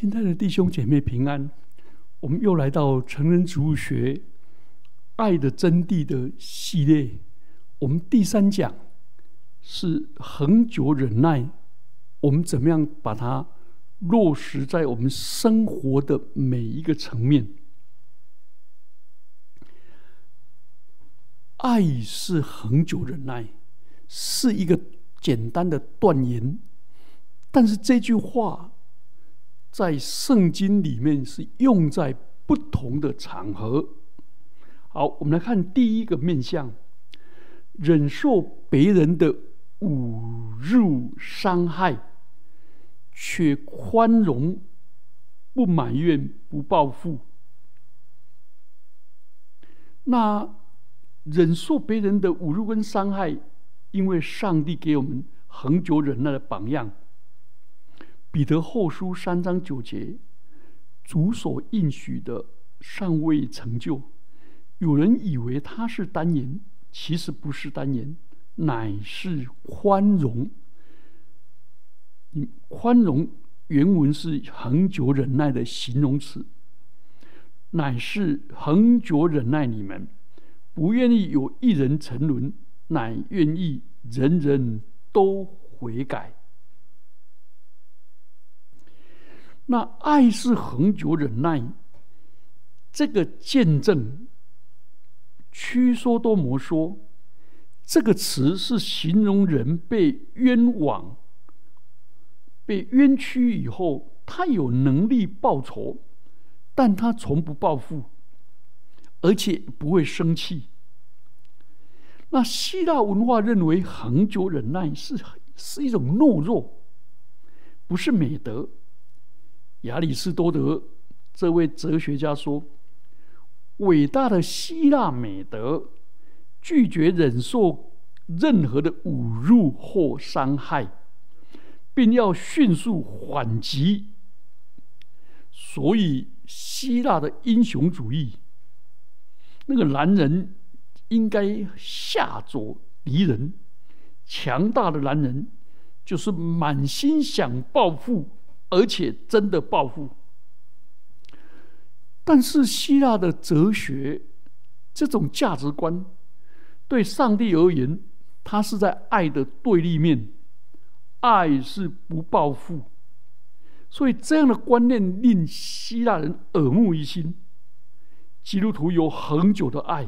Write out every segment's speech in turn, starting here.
亲爱的弟兄姐妹平安，我们又来到成人植物学爱的真谛的系列，我们第3讲是恒久忍耐，我们怎么样把它落实在我们生活的每一个层面。爱是恒久忍耐，是一个简单的断言，但是这句话在圣经里面是用在不同的场合。好，我们来看第一个面向，忍受别人的侮辱伤害，却宽容，不埋怨，不报复。那忍受别人的侮辱跟伤害，因为上帝给我们恒久忍耐的榜样。彼得后书3章9节，主所应许的尚未成就，有人以为他是单言，其实不是单言，乃是宽容。宽容原文是恒久忍耐的形容词，乃是恒久忍耐你们，不愿意有一人沉沦，乃愿意人人都悔改。那爱是恒久忍耐，这个见证屈说多摩说，这个词是形容人被冤枉、被冤屈以后，他有能力报仇，但他从不报复，而且不会生气。那希腊文化认为恒久忍耐是一种懦弱，不是美德。亚里士多德这位哲学家说，伟大的希腊美德拒绝忍受任何的侮辱或伤害，并要迅速缓急。所以希腊的英雄主义，那个男人应该吓走敌人，强大的男人就是满心想报复，而且真的报复。但是希腊的哲学这种价值观，对上帝而言，它是在爱的对立面，爱是不报复。所以这样的观念令希腊人耳目一新。基督徒有恒久的爱，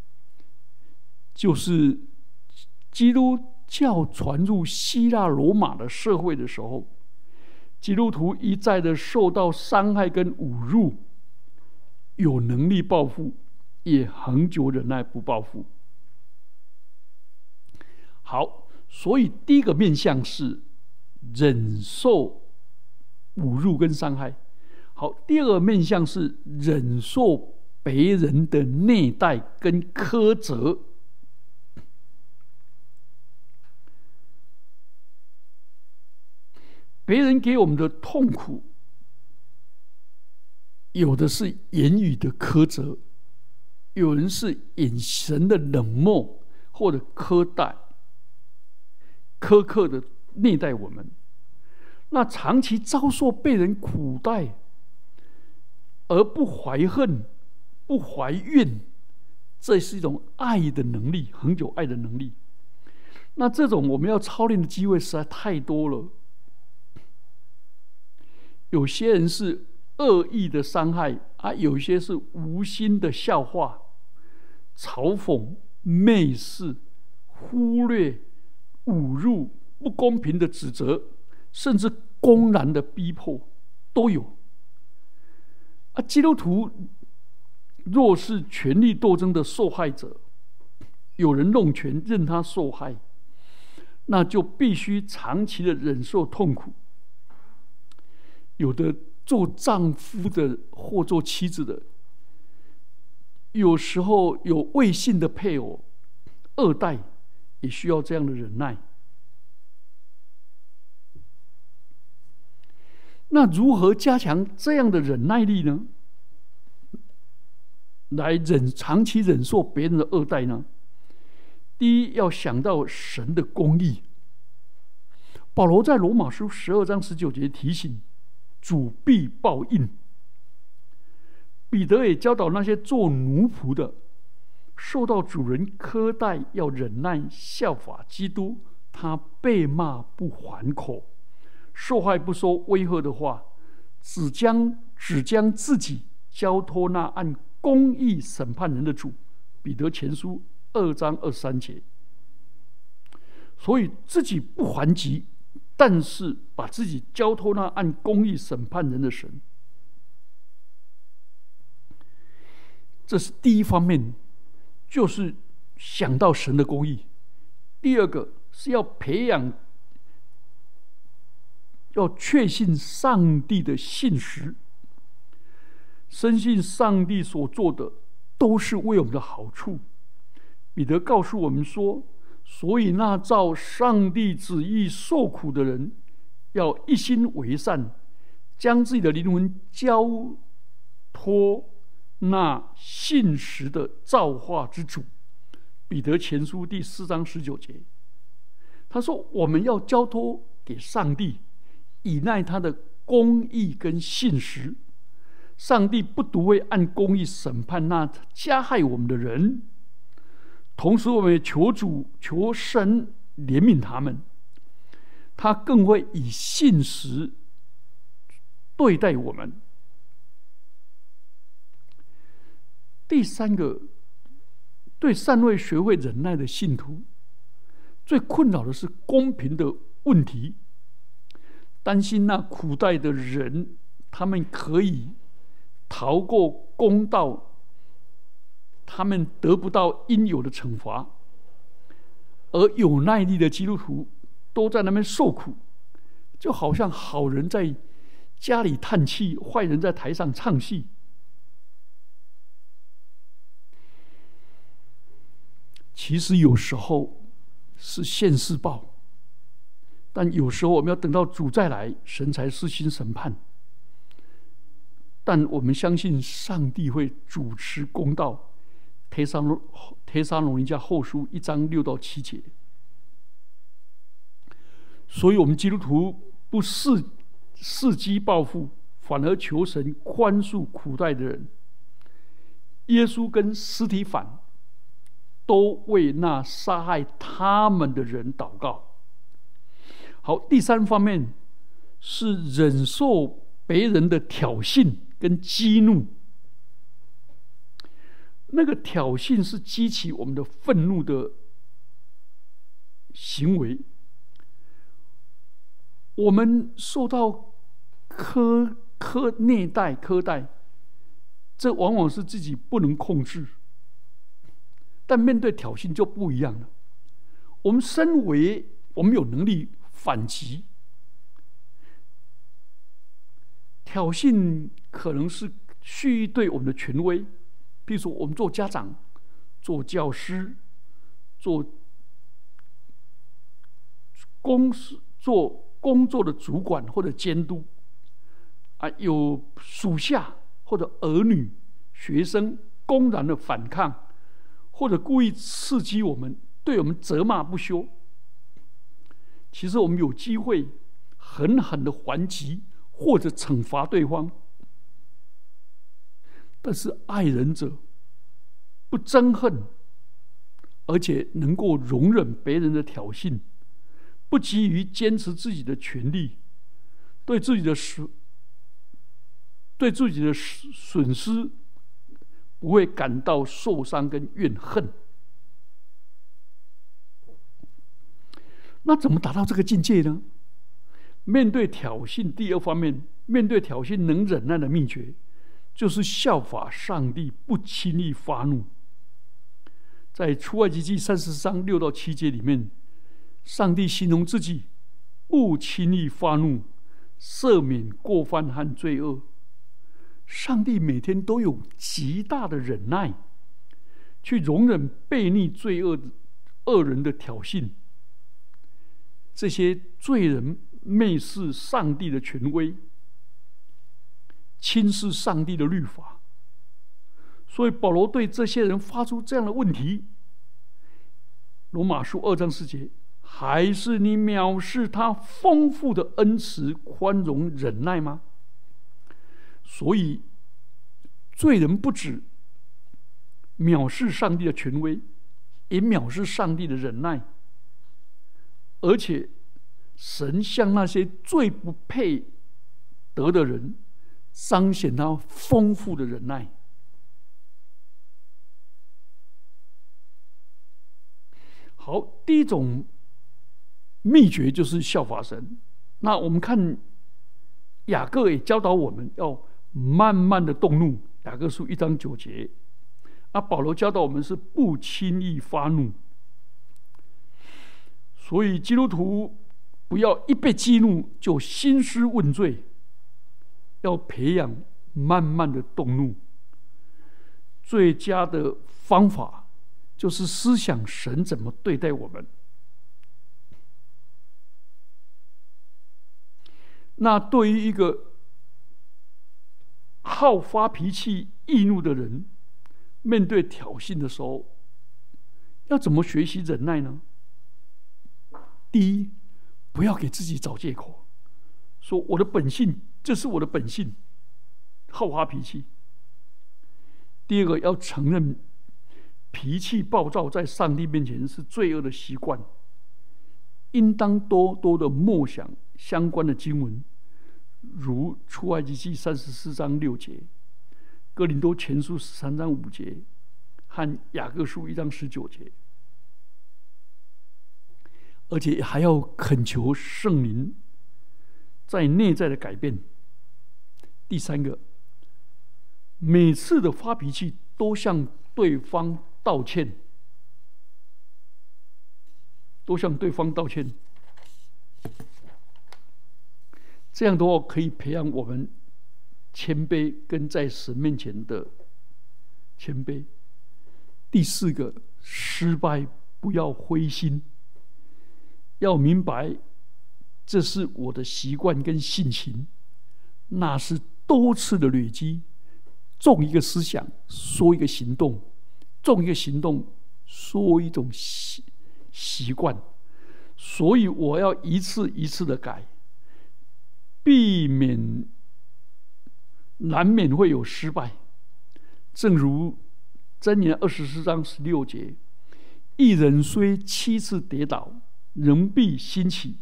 就是基督教传入希腊罗马的社会的时候，基督徒一再的受到伤害跟侮辱，有能力报复，也恒久忍耐不报复。好，所以第一个面向是忍受侮辱跟伤害。好，第二个面向是忍受别人的虐待跟苛责。别人给我们的痛苦，有的是言语的苛责，有人是眼神的冷漠或者苛刻的虐待我们。那长期遭受被人苦待而不怀恨不怀怨，这是一种爱的能力，恒久爱的能力。那这种我们要操练的机会实在太多了。有些人是恶意的伤害，有些是无心的笑话、嘲讽、蔑视、忽略、侮辱、不公平的指责，甚至公然的逼迫，都有。基督徒若是权力斗争的受害者，有人弄权任他受害，那就必须长期的忍受痛苦。有的做丈夫的或做妻子的，有时候有未信的配偶、二代，也需要这样的忍耐。那如何加强这样的忍耐力呢？来长期忍受别人的恶待呢？第一，要想到神的公义。保罗在罗马书12章19节提醒， 主必报应。彼得也教导那些做奴仆的，受到主人苛待要忍耐，效法基督，他被骂不还口，受害不说威吓的话，只将自己交托那按公义审判人的主。彼得前书2章23节。所以自己不还击，但是把自己交托那按公义审判人的神。这是第一方面，就是想到神的公义。第二个是要培养，要确信上帝的信实，深信上帝所做的都是为我们的好处。彼得告诉我们说，所以那照上帝旨意受苦的人，要一心为善，将自己的灵魂交托那信实的造化之主。彼得前书第4章19节，他说我们要交托给上帝，倚赖他的公义跟信实。上帝不独会按公义审判那加害我们的人，同时我们也求神怜悯他们，他更会以信实对待我们。第三个，对尚未学会忍耐的信徒，最困扰的是公平的问题，担心那苦待的人，他们可以逃过公道，他们得不到应有的惩罚，而有耐力的基督徒都在那边受苦，就好像好人在家里叹气，坏人在台上唱戏。其实有时候是现世报，但有时候我们要等到主再来，神才施行审判。但我们相信上帝会主持公道。帖撒罗尼迦后书1章6到7节。所以我们基督徒不伺机报复，反而求神宽恕苦待的人。耶稣跟司提反都为那杀害他们的人祷告。好，第三方面是忍受别人的挑衅跟激怒。那个挑衅是激起我们的愤怒的行为，我们受到虐待，这往往是自己不能控制。但面对挑衅就不一样了，我们有能力反击。挑衅可能是蓄意对我们的权威，譬如说我们做家长、做教师、做工作的主管或者监督有属下或者儿女、学生公然的反抗，或者故意刺激我们，对我们责骂不休。其实我们有机会狠狠的还击或者惩罚对方，但是爱人者不憎恨，而且能够容忍别人的挑衅，不急于坚持自己的权利，对自己的损失不会感到受伤跟怨恨。那怎么达到这个境界呢？面对挑衅，第二方面，面对挑衅能忍耐的秘诀，就是效法上帝，不轻易发怒。在出埃及记30章6到7节里面，上帝形容自己不轻易发怒，赦免过犯和罪恶。上帝每天都有极大的忍耐，去容忍悖逆罪恶人的挑衅。这些罪人蔑视上帝的权威，轻视上帝的律法，所以保罗对这些人发出这样的问题：罗马书2章4节，还是你藐视他丰富的恩慈、宽容、忍耐吗？ 所以罪人不止藐视上帝的权威，也藐视上帝的忍耐，而且神向那些最不配得的人彰显他丰富的忍耐。好，第一种秘诀就是效法神。那我们看雅各也教导我们要慢慢的动怒，雅各书1章9节。保罗教导我们是不轻易发怒。所以基督徒不要一被激怒就兴师问罪，要培养慢慢的动怒。最佳的方法就是思想神怎么对待我们。那对于一个好发脾气、易怒的人，面对挑衅的时候，要怎么学习忍耐呢？第一，不要给自己找借口，说我的本性，这是我的本性，好发脾气。第二个，要承认脾气暴躁在上帝面前是罪恶的习惯，应当多多的默想相关的经文，如出埃及记34章6节、哥林多前书13章5节和雅各书1章19节，而且还要恳求圣灵在内在的改变。第三个，每次的发脾气都向对方道歉，这样的话可以培养我们谦卑跟在神面前的谦卑。第四个，失败不要灰心，要明白这是我的习惯跟性情，那是多次的累积，种一个思想说一个行动，种一个行动说一种习惯，所以我要一次一次的改，避免难免会有失败。正如箴言24章16节，一人虽7次跌倒，仍必兴起。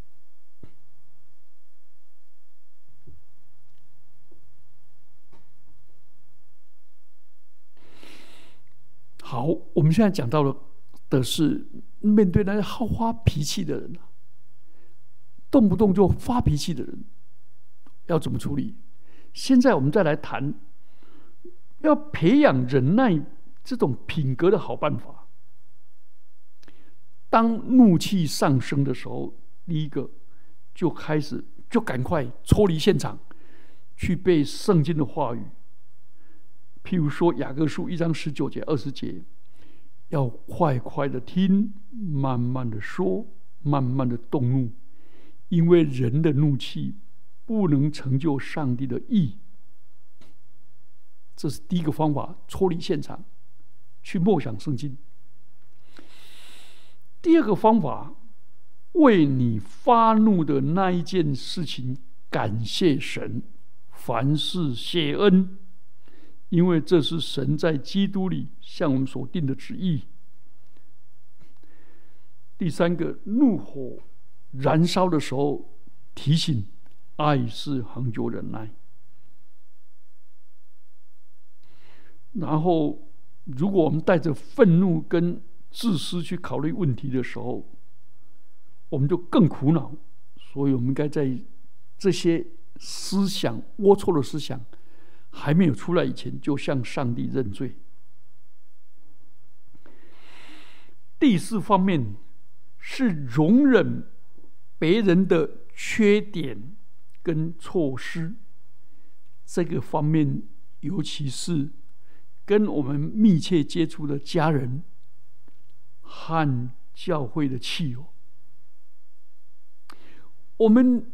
好，我们现在讲到的是面对那些好发脾气的人，动不动就发脾气的人要怎么处理。现在我们再来谈要培养忍耐这种品格的好办法。当怒气上升的时候，第一个就赶快抽离现场，去背圣经的话语。譬如说雅各书1章19节20节，要快快的听，慢慢的说，慢慢的动怒，因为人的怒气不能成就上帝的义。这是第一个方法，抽离现场，去默想圣经。第二个方法，为你发怒的那一件事情感谢神，凡事谢恩，因为这是神在基督里向我们所定的旨意。第三个，怒火燃烧的时候提醒，爱是恒久忍耐。然后如果我们带着愤怒跟自私去考虑问题的时候，我们就更苦恼。所以我们应该在这些思想龌龊的思想还没有出来以前，就向上帝认罪。第四方面是容忍别人的缺点跟错失，这个方面尤其是跟我们密切接触的家人和教会的戚友，我们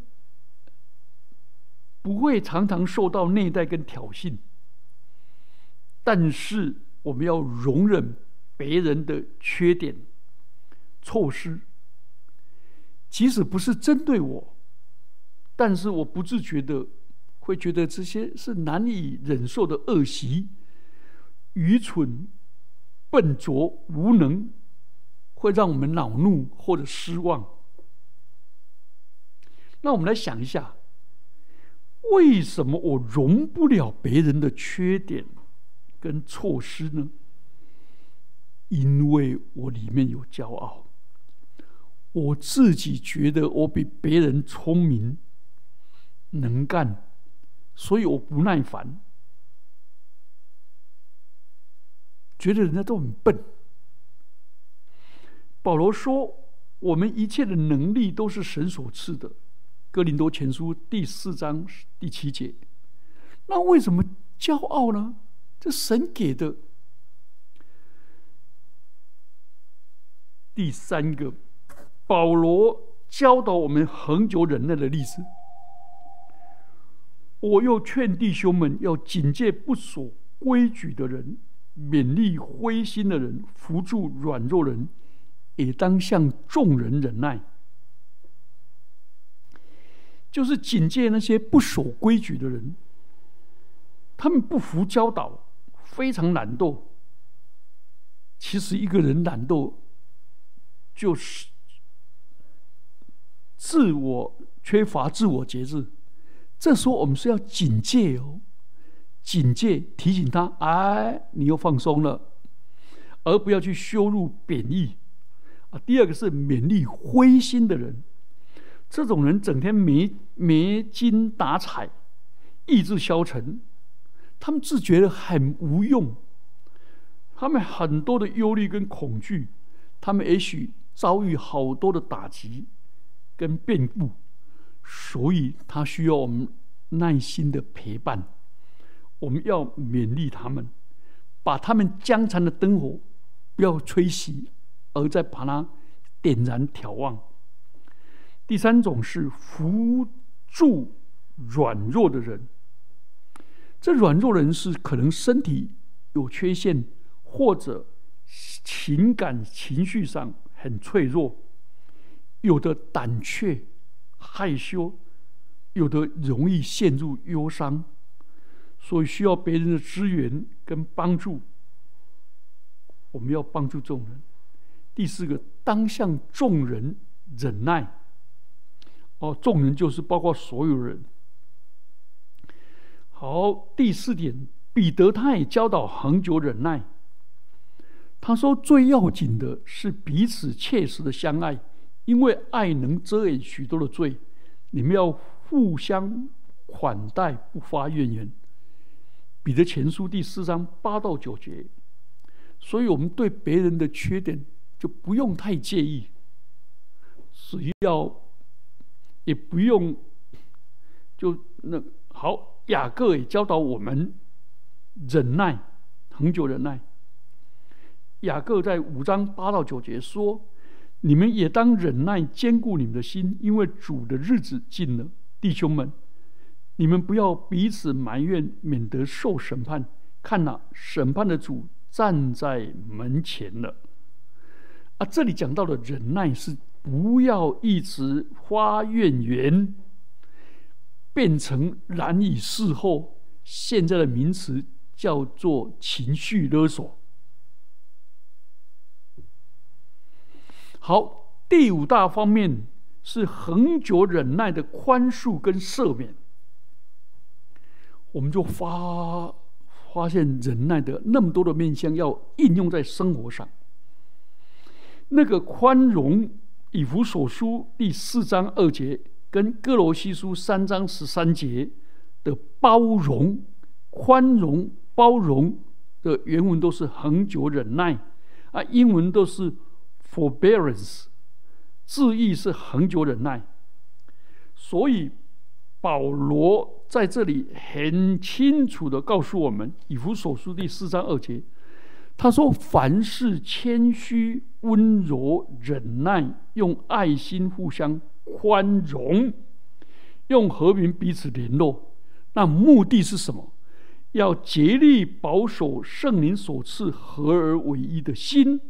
不会常常受到内待跟挑衅，但是我们要容忍别人的缺点、错失，即使不是针对我，但是我不自觉的会觉得这些是难以忍受的恶习，愚蠢、笨拙、无能，会让我们恼怒或者失望。那我们来想一下，为什么我容不了别人的缺点跟错失呢？因为我里面有骄傲，我自己觉得我比别人聪明、能干，所以我不耐烦，觉得人家都很笨。保罗说，我们一切的能力都是神所赐的，哥林多前书第4章第7节。那为什么骄傲呢？这神给的。第3个，保罗教导我们恒久忍耐的例子。我又劝弟兄们要警戒不守规矩的人，勉励灰心的人，扶助软弱人，也当向众人忍耐。就是警戒那些不守规矩的人，他们不服教导，非常懒惰。其实一个人懒惰，就是缺乏自我节制。这时候我们是要警戒哦，警戒提醒他，你又放松了，而不要去羞辱贬义。第二个是勉励灰心的人，这种人整天没精打采，意志消沉，他们自觉得很无用，他们很多的忧虑跟恐惧，他们也许遭遇好多的打击跟变故，所以他需要我们耐心的陪伴，我们要勉励他们，把他们将残的灯火不要吹熄，而再把它点燃挑旺。第3种是扶助软弱的人，这软弱的人是可能身体有缺陷，或者情感情绪上很脆弱，有的胆怯害羞，有的容易陷入忧伤，所以需要别人的支援跟帮助。我们要帮助众人。第4个，当向众人忍耐。众人就是包括所有人。好，第4点，彼得他也教导恒久忍耐。他说，最要紧的是彼此切实的相爱，因为爱能遮掩许多的罪。你们要互相款待，不发怨言。彼得前书第4章8到9节。所以我们对别人的缺点就不用太介意，只要也不用好。雅各也教导我们忍耐，恒久忍耐。雅各在5章8到9节说，你们也当忍耐，坚固你们的心，因为主的日子近了。弟兄们，你们不要彼此埋怨，免得受审判。看哪，审判的主站在门前了。这里讲到的忍耐是不要一直发怨言，变成难以事后，现在的名词叫做情绪勒索。好，第5大方面是恒久忍耐的宽恕跟赦免。我们就发现忍耐的那么多的面向要应用在生活上。那个宽容，以弗所书第4章2节跟哥罗西书3章13节的包容、宽容、包容的原文都是恒久忍耐英文都是 forbearance， 字义是恒久忍耐。所以保罗在这里很清楚的告诉我们，以弗所书第4章2节，他说，凡事谦虚、温柔、忍耐，用爱心互相宽容，用和平彼此联络。那目的是什么？要竭力保守圣灵所赐合而为一的心。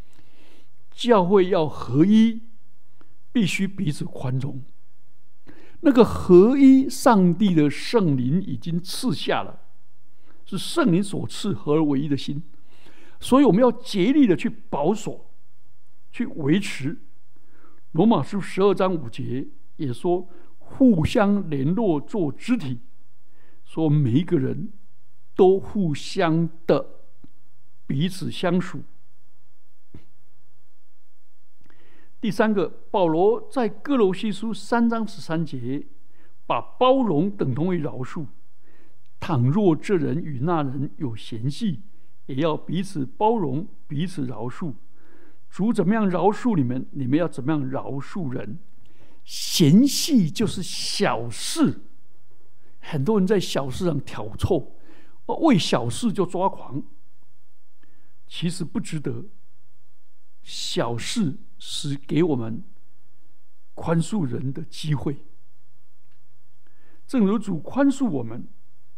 教会要合一，必须彼此宽容。 那个合一上帝的圣灵已经赐下了，是圣灵所赐合而为一的心，所以我们要竭力的去保守，去维持。罗马书12章5节也说，互相联络做肢体，说每一个人都互相的彼此相属。第三个，保罗在哥罗西书3章13节把包容等同于饶恕。倘若这人与那人有嫌隙，也要彼此包容，彼此饶恕。主怎么样饶恕你们，你们要怎么样饶恕人。嫌隙就是小事，很多人在小事上挑逗，为小事就抓狂，其实不值得。小事是给我们宽恕人的机会，正如主宽恕我们。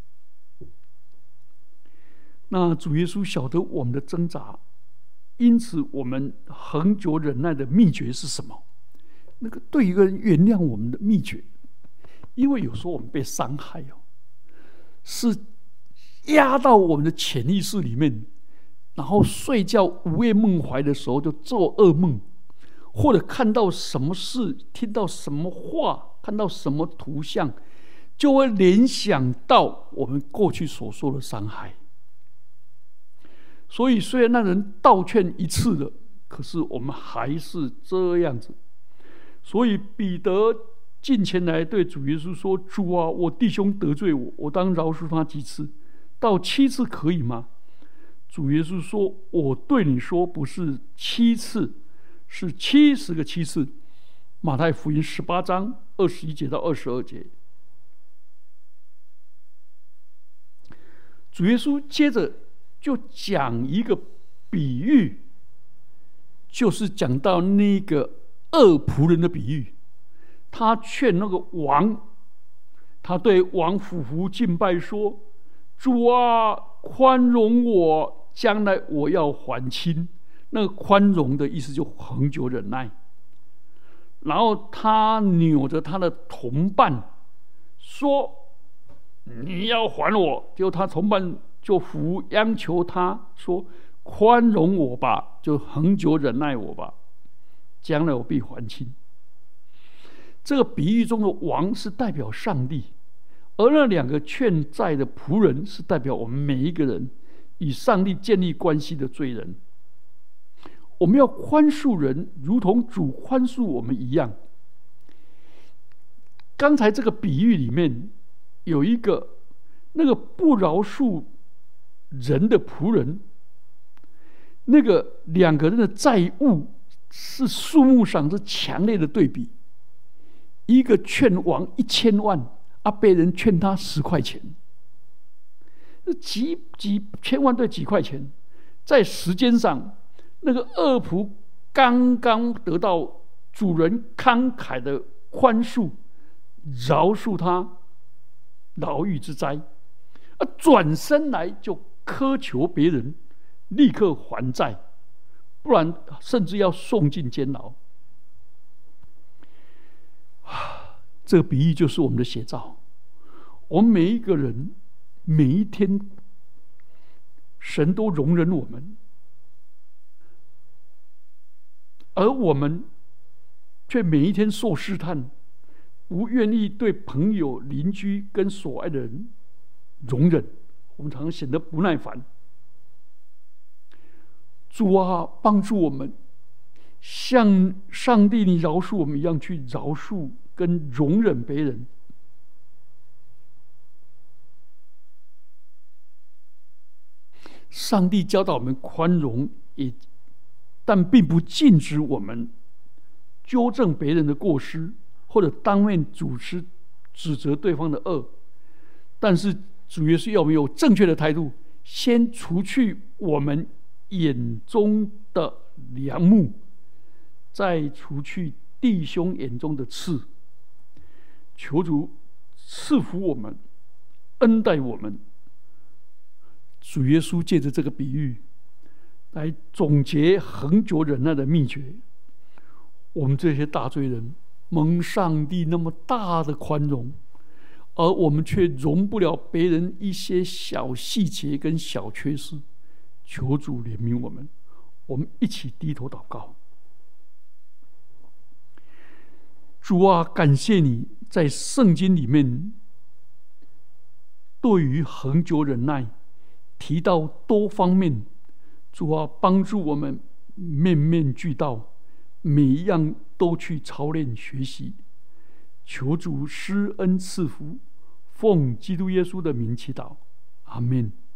那主耶稣晓得我们的挣扎，因此我们恒久忍耐的秘诀是什么？那个对一个人原谅我们的秘诀，因为有时候我们被伤害是压到我们的潜意识里面，然后睡觉午夜梦怀的时候就做噩梦，或者看到什么事，听到什么话，看到什么图像，就会联想到我们过去所受的伤害。所以虽然那人道歉一次了，可是我们还是这样子。所以彼得近前来对主耶稣说：“主啊，我弟兄得罪我，我当饶恕他几次？到7次可以吗？”主耶稣说：“我对你说，不是7次，是70个7次。”马太福音18章21节到22节。主耶稣接着就讲一个比喻，就是讲到那个恶仆人的比喻。他劝那个王，他对王俯伏敬拜说：“主啊，宽容我，将来我要还清。”那个宽容的意思就恒久忍耐。然后他扭着他的同伴说：“你要还我。”结果他同伴就俯央求他说：“宽容我吧，就恒久忍耐我吧，将来我必还清。”这个比喻中的王是代表上帝，而那2个劝债的仆人是代表我们每一个人与上帝建立关系的罪人。我们要宽恕人，如同主宽恕我们一样。刚才这个比喻里面有一个那个不饶恕人的仆人，那个2个人的债务是数目上是强烈的对比。一个劝王1000万，别人劝他10块钱，几千万对几块钱，在时间上，那个恶仆刚刚得到主人慷慨的宽恕，饶恕他牢狱之灾，转身来就苛求别人立刻还债，不然甚至要送进监牢。这个比喻就是我们的写照。我们每一个人每一天，神都容忍我们，而我们却每一天受试探，不愿意对朋友、邻居跟所爱的人容忍，我们常常显得不耐烦。主啊，帮助我们像上帝你饶恕我们一样，去饶恕跟容忍别人。上帝教导我们宽容，但并不禁止我们纠正别人的过失，或者当面指责对方的恶。但是主耶稣要我们有正确的态度，先除去我们眼中的梁木，再除去弟兄眼中的刺。求主赐福我们，恩待我们。主耶稣借着这个比喻来总结恒久忍耐的秘诀。我们这些大罪人蒙上帝那么大的宽容，而我们却容不了别人一些小细节跟小缺失。求主怜悯我们，我们一起低头祷告。主啊，感谢你在圣经里面对于恒久忍耐提到多方面。主啊，帮助我们面面俱到，每一样都去操练学习。求主施恩赐福，奉基督耶稣的名祈祷，阿们。